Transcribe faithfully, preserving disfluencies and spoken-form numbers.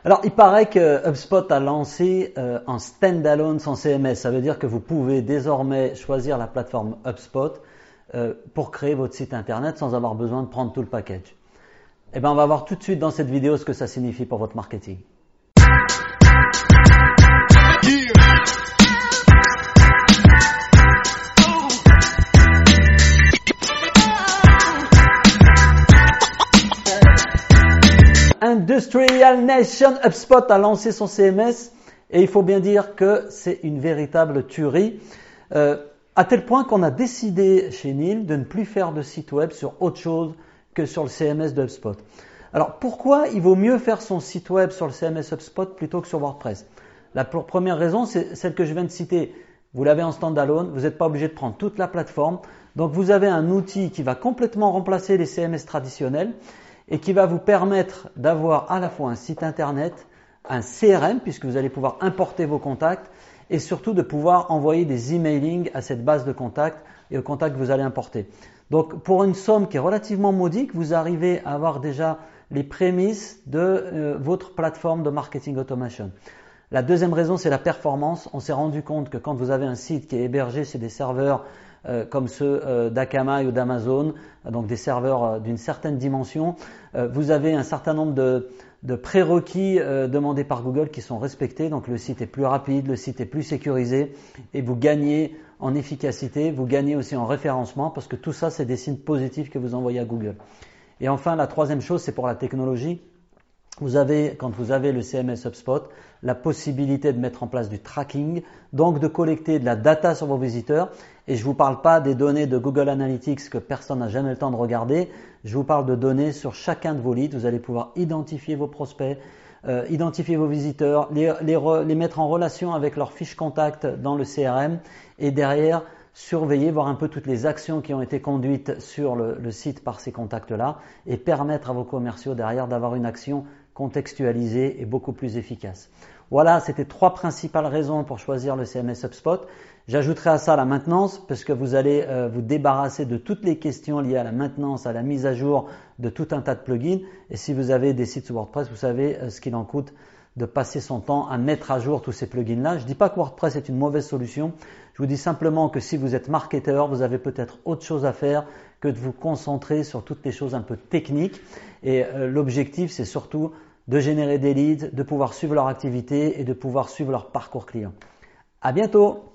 Alors, il paraît que HubSpot a lancé euh, un standalone sans C M S. Ça veut dire que vous pouvez désormais choisir la plateforme HubSpot euh, pour créer votre site internet sans avoir besoin de prendre tout le package. Eh bien, on va voir tout de suite dans cette vidéo ce que ça signifie pour votre marketing. Industrial Nation, HubSpot a lancé son C M S et il faut bien dire que c'est une véritable tuerie, euh, à tel point qu'on a décidé chez Neil de ne plus faire de site web sur autre chose que sur le C M S de HubSpot. Alors pourquoi il vaut mieux faire son site web sur le C M S HubSpot plutôt que sur WordPress? La première raison, c'est celle que je viens de citer. Vous l'avez en standalone, vous n'êtes pas obligé de prendre toute la plateforme. Donc vous avez un outil qui va complètement remplacer les C M S traditionnels et qui va vous permettre d'avoir à la fois un site internet, un C R M puisque vous allez pouvoir importer vos contacts et surtout de pouvoir envoyer des emailing à cette base de contacts et aux contacts que vous allez importer. Donc pour une somme qui est relativement modique, vous arrivez à avoir déjà les prémices de euh, votre plateforme de marketing automation. La deuxième raison, c'est la performance. On s'est rendu compte que quand vous avez un site qui est hébergé chez des serveurs euh, comme ceux euh, d'Akamai ou d'Amazon, donc des serveurs euh, d'une certaine dimension, euh, vous avez un certain nombre de, de prérequis euh, demandés par Google qui sont respectés. Donc le site est plus rapide, le site est plus sécurisé et vous gagnez en efficacité, vous gagnez aussi en référencement parce que tout ça, c'est des signes positifs que vous envoyez à Google. Et enfin, la troisième chose, c'est pour la technologie. Vous avez, quand vous avez le C M S HubSpot, la possibilité de mettre en place du tracking, donc de collecter de la data sur vos visiteurs. Et je ne vous parle pas des données de Google Analytics que personne n'a jamais le temps de regarder. Je vous parle de données sur chacun de vos leads. Vous allez pouvoir identifier vos prospects, euh, identifier vos visiteurs, les, les, re, les mettre en relation avec leurs fiches contact dans le C R M et derrière surveiller, voir un peu toutes les actions qui ont été conduites sur le, le site par ces contacts-là et permettre à vos commerciaux derrière d'avoir une action contextualisée et beaucoup plus efficace. Voilà, c'était trois principales raisons pour choisir le C M S HubSpot. J'ajouterai à ça la maintenance parce que vous allez euh, vous débarrasser de toutes les questions liées à la maintenance, à la mise à jour de tout un tas de plugins. Et si vous avez des sites sur WordPress, vous savez euh, ce qu'il en coûte de passer son temps à mettre à jour tous ces plugins-là. Je ne dis pas que WordPress est une mauvaise solution. Je vous dis simplement que si vous êtes marketeur, vous avez peut-être autre chose à faire que de vous concentrer sur toutes les choses un peu techniques. Et euh, l'objectif, c'est surtout de générer des leads, de pouvoir suivre leur activité et de pouvoir suivre leur parcours client. À bientôt!